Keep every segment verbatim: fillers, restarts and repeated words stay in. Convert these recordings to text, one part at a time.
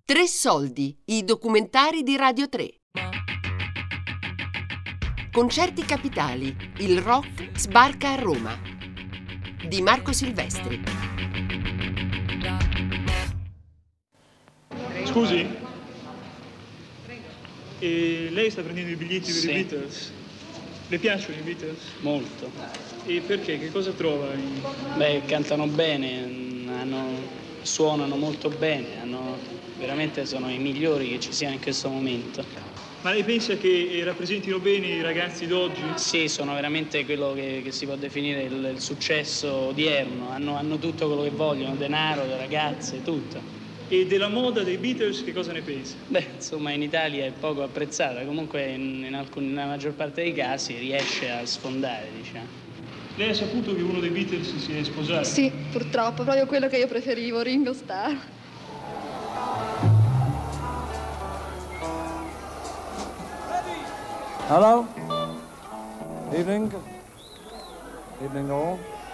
Tre soldi, i documentari di Radio tre. Concerti capitali, il rock sbarca a Roma. Di Marco Silvestri. Scusi? E lei sta prendendo i biglietti per Sì. i Beatles? Le piacciono i Beatles? Molto. E perché? Che cosa trova? in- Beh, cantano bene, hanno, suonano molto bene, hanno, veramente sono i migliori che ci siano in questo momento. Ma lei pensa che rappresentino bene i ragazzi d'oggi? Sì, sono veramente quello che, che si può definire il, il successo odierno, hanno, hanno tutto quello che vogliono, denaro, ragazze, tutto. E della moda dei Beatles che cosa ne pensa? Beh, insomma, in Italia è poco apprezzata, comunque in, in alcuni, nella maggior parte dei casi riesce a sfondare, diciamo. Lei ha saputo che uno dei Beatles si è sposato? Sì, purtroppo, proprio quello che io preferivo, Ringo Starr. Hello? Evening. Evening all.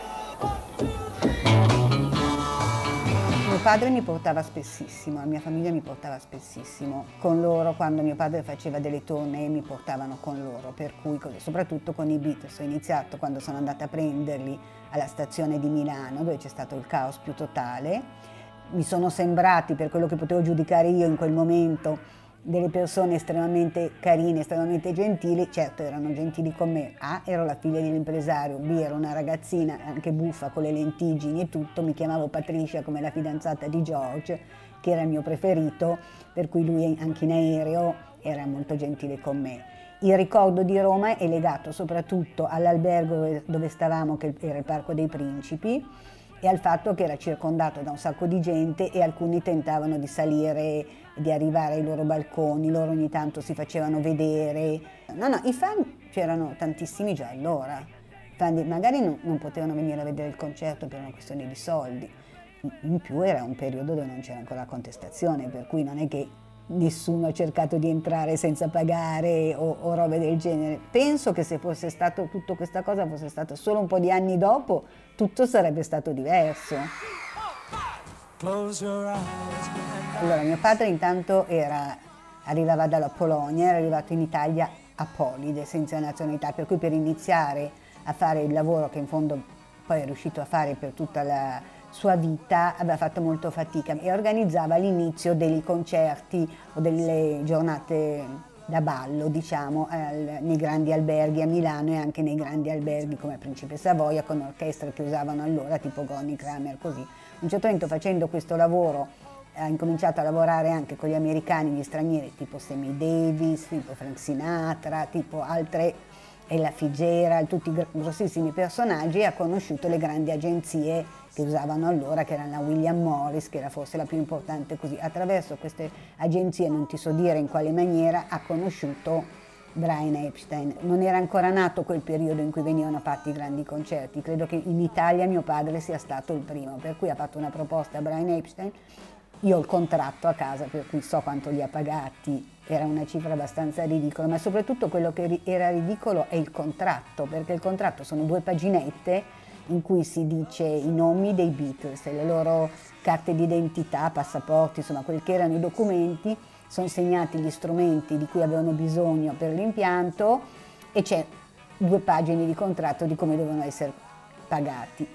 Mio padre mi portava spessissimo, la mia famiglia mi portava spessissimo con loro. Quando mio padre faceva delle tournée mi portavano con loro, per cui soprattutto con i Beatles. Ho iniziato quando sono andata a prenderli alla stazione di Milano, dove c'è stato il caos più totale. Mi sono sembrati, per quello che potevo giudicare io in quel momento, delle persone estremamente carine, estremamente gentili. Certo, erano gentili con me. A, ero la figlia dell'impresario, B, ero una ragazzina anche buffa con le lentiggini e tutto. Mi chiamavo Patricia, come la fidanzata di George, che era il mio preferito, per cui lui anche in aereo era molto gentile con me. Il ricordo di Roma è legato soprattutto all'albergo dove stavamo, che era il Parco dei Principi, e al fatto che era circondato da un sacco di gente e alcuni tentavano di salire, di arrivare ai loro balconi, loro ogni tanto si facevano vedere. No, no, i fan c'erano tantissimi già allora. I fan di, magari non, non potevano venire a vedere il concerto per una questione di soldi. In più era un periodo dove non c'era ancora la contestazione, per cui non è che nessuno ha cercato di entrare senza pagare o, o robe del genere. Penso che se fosse stato tutta questa cosa fosse stato solo un po' di anni dopo, tutto sarebbe stato diverso. Allora, mio padre intanto era, arrivava dalla Polonia, era arrivato in Italia apolide, senza nazionalità, per cui per iniziare a fare il lavoro che in fondo poi è riuscito a fare per tutta la sua vita, aveva fatto molto fatica e organizzava l'inizio dei concerti o delle giornate da ballo, diciamo, al, nei grandi alberghi a Milano e anche nei grandi alberghi come Principe Savoia, con orchestre che usavano allora, tipo Goni, Kramer, così. A un certo punto, facendo questo lavoro, ha incominciato a lavorare anche con gli americani, gli stranieri, tipo Sammy Davis, tipo Frank Sinatra, tipo altre, Ella Fitzgerald, tutti grossissimi personaggi, e ha conosciuto le grandi agenzie che usavano allora, che erano la William Morris, che era forse la più importante, così. Attraverso queste agenzie, non ti so dire in quale maniera, ha conosciuto Brian Epstein. Non era ancora nato quel periodo in cui venivano fatti i grandi concerti. Credo che in Italia mio padre sia stato il primo, per cui ha fatto una proposta a Brian Epstein. Io ho il contratto a casa, per cui so quanto li ha pagati. Era una cifra abbastanza ridicola, ma soprattutto quello che era ridicolo è il contratto, perché il contratto sono due paginette in cui si dice i nomi dei Beatles, le loro carte d'identità, passaporti, insomma quel che erano i documenti, sono segnati gli strumenti di cui avevano bisogno per l'impianto e c'è due pagine di contratto di come devono essere pagati.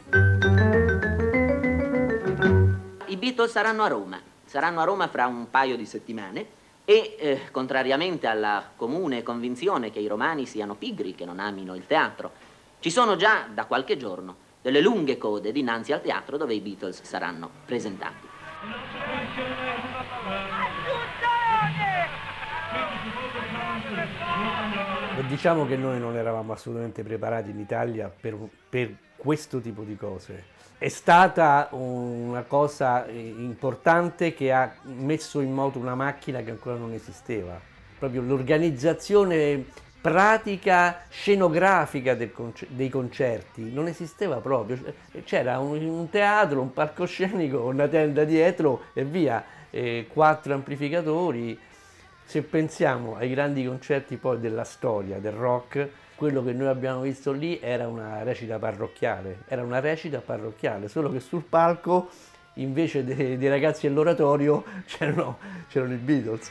I Beatles saranno a Roma, saranno a Roma fra un paio di settimane e, eh, contrariamente alla comune convinzione che i romani siano pigri, che non amino il teatro, ci sono già da qualche giorno delle lunghe code dinanzi al teatro dove i Beatles saranno presentati. Diciamo che noi non eravamo assolutamente preparati in Italia per, per questo tipo di cose. È stata una cosa importante che ha messo in moto una macchina che ancora non esisteva. Proprio l'organizzazione pratica, scenografica del concer- dei concerti non esisteva proprio. C'era un, un teatro, un palcoscenico, una tenda dietro e via, e quattro amplificatori. Se pensiamo ai grandi concerti poi della storia del rock, quello che noi abbiamo visto lì era una recita parrocchiale, era una recita parrocchiale, solo che sul palco invece dei, dei ragazzi all'oratorio c'erano, c'erano i Beatles.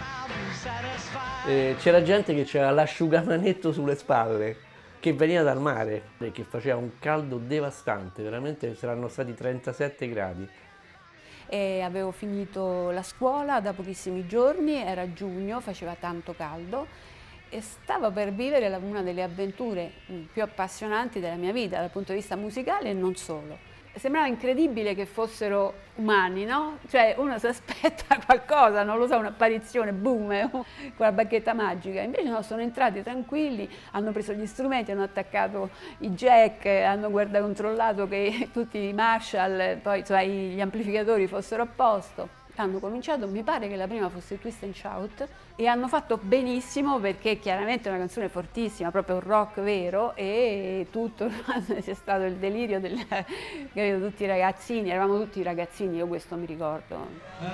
Eh, c'era gente che aveva l'asciugamanetto sulle spalle, che veniva dal mare e che faceva un caldo devastante, veramente saranno stati trentasette gradi. E avevo finito la scuola da pochissimi giorni, era giugno, faceva tanto caldo e stavo per vivere una delle avventure più appassionanti della mia vita dal punto di vista musicale e non solo. Sembrava incredibile che fossero umani, no? Cioè uno si aspetta qualcosa, non lo so, un'apparizione, boom, con la bacchetta magica. Invece no, sono entrati tranquilli, hanno preso gli strumenti, hanno attaccato i jack, hanno guardato, controllato che tutti i Marshall, poi cioè, gli amplificatori fossero a posto. Hanno cominciato, mi pare che la prima fosse Twist and Shout, e hanno fatto benissimo perché chiaramente è una canzone fortissima, proprio un rock vero, e tutto c'è stato il delirio del, credo, tutti i ragazzini, eravamo tutti ragazzini, io questo mi ricordo.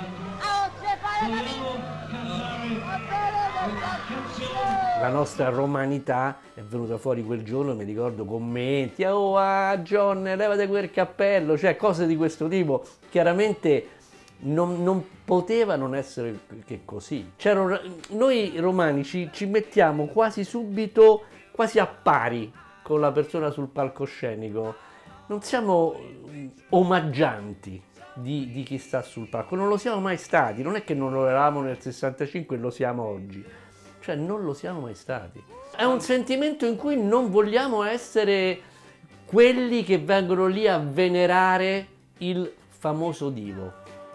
La nostra romanità è venuta fuori quel giorno, mi ricordo commenti, oh ah, John, levate quel cappello, cioè cose di questo tipo, chiaramente. Non, non poteva non essere che così. C'erano, noi romani ci, ci mettiamo quasi subito, quasi a pari con la persona sul palcoscenico. Non siamo omaggianti di, di chi sta sul palco, non lo siamo mai stati. Non è che non lo eravamo nel sessantacinque e lo siamo oggi. Cioè non lo siamo mai stati. È un sentimento in cui non vogliamo essere quelli che vengono lì a venerare il famoso divo.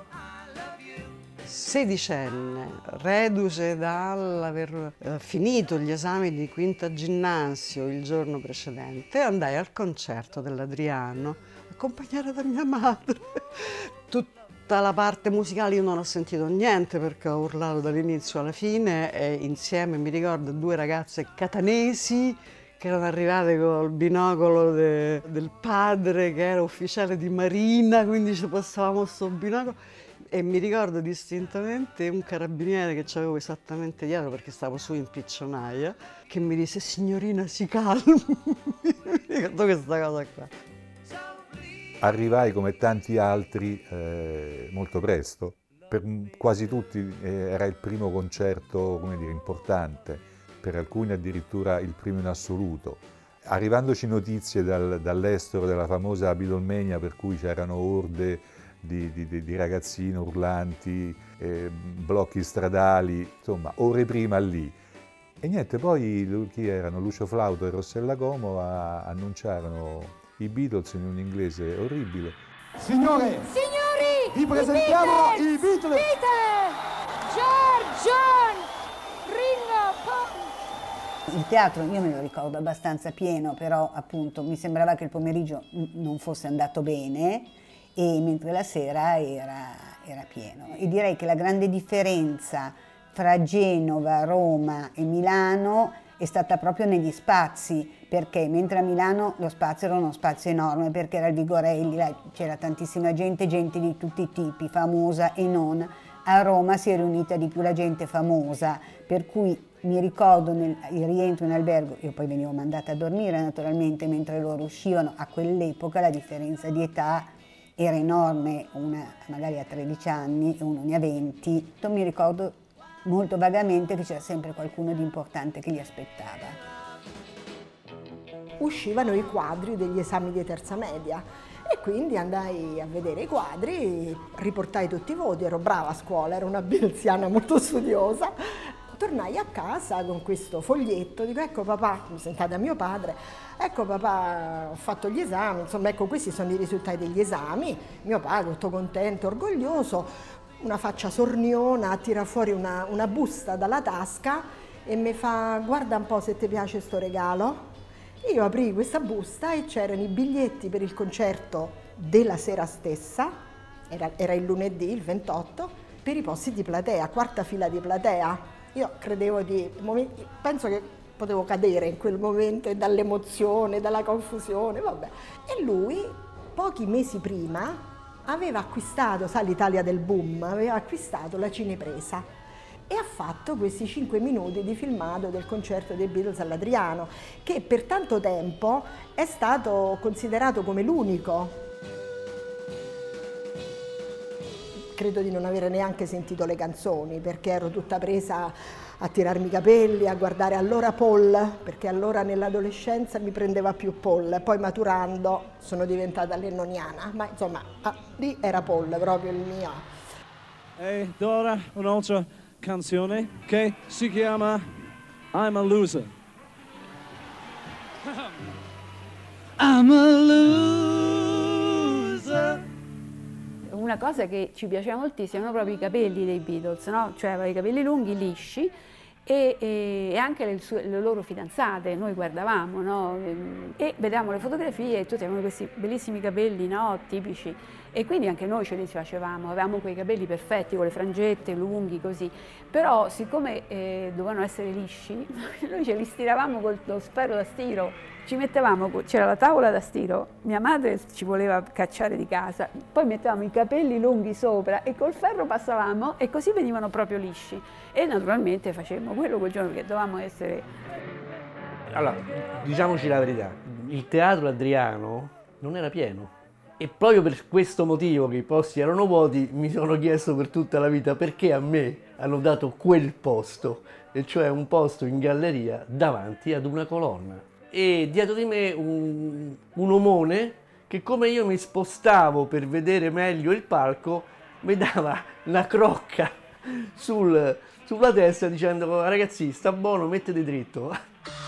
Sedicenne, reduce dall'aver eh, finito gli esami di quinta ginnasio il giorno precedente, andai al concerto dell'Adriano, accompagnata da mia madre. Tutta la parte musicale io non ho sentito niente perché ho urlato dall'inizio alla fine e insieme mi ricordo due ragazze catanesi che erano arrivate col binocolo de, del padre che era ufficiale di marina, quindi ci passavamo sto binocolo. E mi ricordo distintamente un carabiniere che c'avevo esattamente dietro perché stavo su in piccionaia, che mi disse: signorina, si calmi. Mi ricordo questa cosa qua. Arrivai come tanti altri eh, molto presto. Per quasi tutti eh, era il primo concerto, come dire, importante, per alcuni addirittura il primo in assoluto. Arrivandoci notizie dal, dall'estero della famosa Beatlemania, per cui c'erano orde Di, di, di ragazzini urlanti, eh, blocchi stradali, insomma, ore prima lì. E niente, poi chi erano? Lucio Flauto e Rossella Como a, annunciarono i Beatles in un inglese orribile. Signore! Signori! Vi presentiamo i Beatles! Beatles! George, John, Ringo, Paul! Il teatro io me lo ricordo abbastanza pieno, però appunto mi sembrava che il pomeriggio non fosse andato bene, e mentre la sera era, era pieno. E direi che la grande differenza fra Genova, Roma e Milano è stata proprio negli spazi, perché mentre a Milano lo spazio era uno spazio enorme, perché era il Vigorelli, c'era tantissima gente, gente di tutti i tipi, famosa e non. A Roma si è riunita di più la gente famosa, per cui mi ricordo nel, il rientro in albergo, io poi venivo mandata a dormire naturalmente mentre loro uscivano, a quell'epoca la differenza di età era enorme, una magari ha tredici anni e uno ne ha venti. Mi ricordo molto vagamente che c'era sempre qualcuno di importante che li aspettava. Uscivano i quadri degli esami di terza media e quindi andai a vedere i quadri, riportai tutti i voti, ero brava a scuola, ero una bielziana molto studiosa. Tornai a casa con questo foglietto, dico: ecco papà, mi sentai da mio padre, ecco papà, ho fatto gli esami, insomma ecco questi sono i risultati degli esami. Mio padre tutto contento, orgoglioso, una faccia sorniona, tira fuori una, una busta dalla tasca e mi fa: guarda un po' se ti piace sto regalo. Io aprii questa busta e c'erano i biglietti per il concerto della sera stessa, era, era il lunedì, il ventotto, per i posti di platea, quarta fila di platea. Io credevo di, penso che potevo cadere in quel momento dall'emozione, dalla confusione, vabbè. E lui, pochi mesi prima, aveva acquistato, sa l'Italia del boom, aveva acquistato la Cinepresa e ha fatto questi cinque minuti di filmato del concerto dei Beatles all'Adriano, che per tanto tempo è stato considerato come l'unico. credo di non avere neanche sentito le canzoni, perché ero tutta presa a tirarmi i capelli, a guardare allora Paul, perché allora nell'adolescenza mi prendeva più Paul, poi maturando sono diventata lennoniana, ma insomma ah, lì era Paul proprio il mio. Ed ora un'altra canzone che si chiama I'm a Loser. I'm a loser. Una cosa che ci piaceva moltissimo erano proprio i capelli dei Beatles, no? Cioè aveva i capelli lunghi, lisci, e, e, e anche le, sue, le loro fidanzate, noi guardavamo, no? E vedevamo le fotografie e tutti avevano questi bellissimi capelli, no? Tipici, e quindi anche noi ce li facevamo, avevamo quei capelli perfetti con le frangette lunghi così, però siccome eh, dovevano essere lisci, noi ce li stiravamo con lo sferro da stiro. Ci mettevamo, c'era la tavola da stiro, mia madre ci voleva cacciare di casa, poi mettevamo i capelli lunghi sopra e col ferro passavamo e così venivano proprio lisci. E naturalmente facevamo quello quel giorno perché dovevamo essere... Allora, diciamoci la verità, il teatro Adriano non era pieno. E proprio per questo motivo che i posti erano vuoti mi sono chiesto per tutta la vita perché a me hanno dato quel posto, e cioè un posto in galleria davanti ad una colonna. E dietro di me un, un omone che, come io mi spostavo per vedere meglio il palco, mi dava una crocca sul, sulla testa dicendo: ragazzi, sta buono, mettete dritto.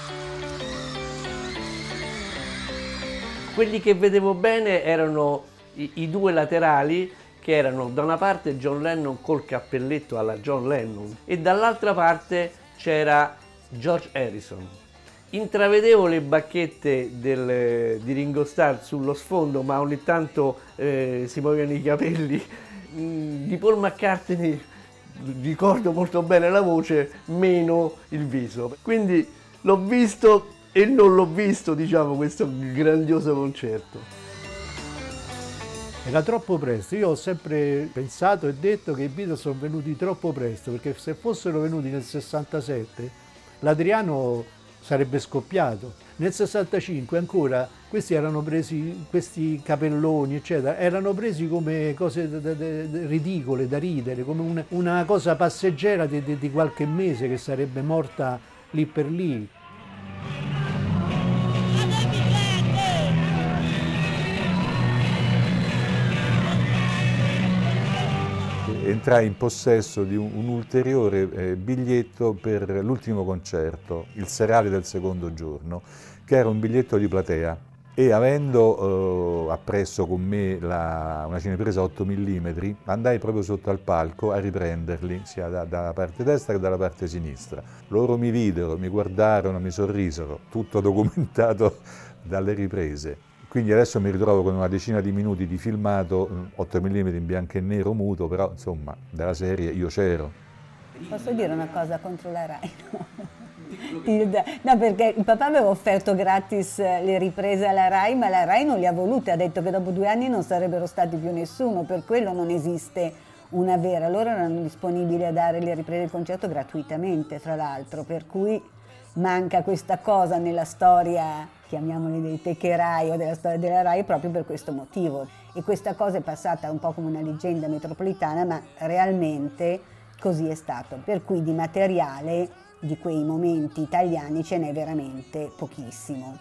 Quelli che vedevo bene erano i, i due laterali, che erano da una parte John Lennon col cappelletto alla John Lennon e dall'altra parte c'era George Harrison. Intravedevo le bacchette del, di Ringo Starr sullo sfondo, ma ogni tanto eh, si muovevano i capelli. Di Paul McCartney ricordo molto bene la voce, meno il viso. Quindi l'ho visto e non l'ho visto, diciamo, questo grandioso concerto. Era troppo presto. Io ho sempre pensato e detto che i Beatles sono venuti troppo presto, perché se fossero venuti nel sessantasette l'Adriano sarebbe scoppiato. Nel sessantacinque ancora questi erano presi, questi capelloni eccetera, erano presi come cose de, de, de, ridicole da ridere, come una, una cosa passeggera di, di, di qualche mese che sarebbe morta lì per lì. Entrai in possesso di un, un ulteriore eh, biglietto per l'ultimo concerto, il serale del secondo giorno, che era un biglietto di platea, e avendo eh, appresso con me la, una cinepresa otto millimetri, andai proprio sotto al palco a riprenderli, sia da, dalla parte destra che dalla parte sinistra. Loro mi videro, mi guardarono, mi sorrisero, tutto documentato dalle riprese. Quindi adesso mi ritrovo con una decina di minuti di filmato, otto millimetri in bianco e nero muto, però insomma della serie io c'ero. Posso dire una cosa contro la Rai? No, perché il papà aveva offerto gratis le riprese alla Rai, ma la Rai non le ha volute, ha detto che dopo due anni non sarebbero stati più nessuno, per quello non esiste una vera. Loro erano disponibili a dare le riprese del concerto gratuitamente, fra l'altro, per cui manca questa cosa nella storia, chiamiamoli dei Techerai o della storia della Rai, proprio per questo motivo. E questa cosa è passata un po' come una leggenda metropolitana, ma realmente così è stato. Per cui di materiale di quei momenti italiani ce n'è veramente pochissimo.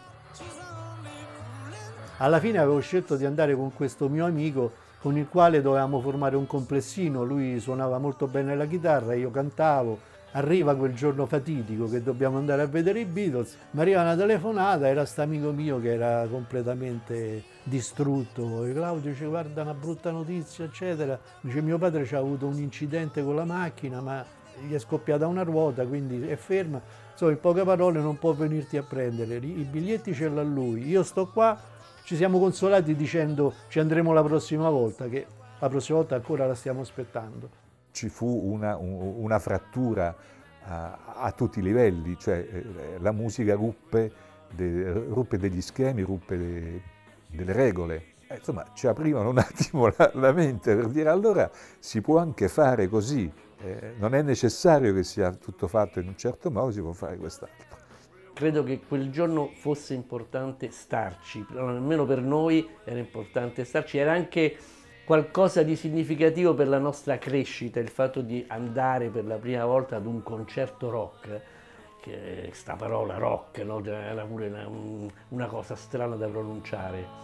Alla fine avevo scelto di andare con questo mio amico con il quale dovevamo formare un complessino. Lui suonava molto bene la chitarra, io cantavo. Arriva quel giorno fatidico che dobbiamo andare a vedere i Beatles, mi arriva una telefonata, era sto amico mio che era completamente distrutto, e Claudio dice: guarda, una brutta notizia eccetera, dice mio padre ci ha avuto un incidente con la macchina, ma gli è scoppiata una ruota, quindi è ferma, insomma in poche parole non può venirti a prendere, i biglietti ce l'ha lui, io sto qua. Ci siamo consolati dicendo ci andremo la prossima volta, che la prossima volta ancora la stiamo aspettando. Ci fu una, una frattura a, a tutti i livelli, cioè eh, la musica ruppe, de, ruppe degli schemi, ruppe de, delle regole. Eh, insomma, ci aprivano un attimo la, la mente per dire allora si può anche fare così, eh, non è necessario che sia tutto fatto in un certo modo, si può fare quest'altro. Credo che quel giorno fosse importante starci, almeno per noi era importante starci, era anche qualcosa di significativo per la nostra crescita, il fatto di andare per la prima volta ad un concerto rock, che sta parola rock, no? Era pure una, una cosa strana da pronunciare.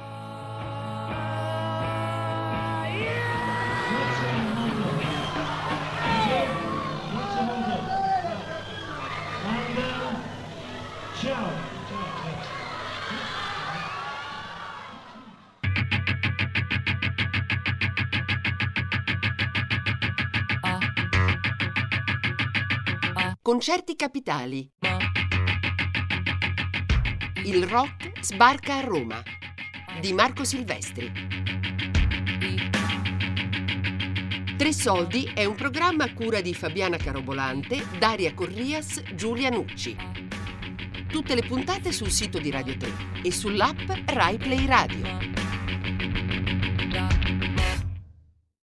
Ciao. Concerti capitali. Il rock sbarca a Roma di Marco Silvestri. Tre soldi è un programma a cura di Fabiana Carobolante, Daria Corrias, Giulia Nucci. Tutte le puntate sul sito di Radio tre e sull'app Rai Play Radio.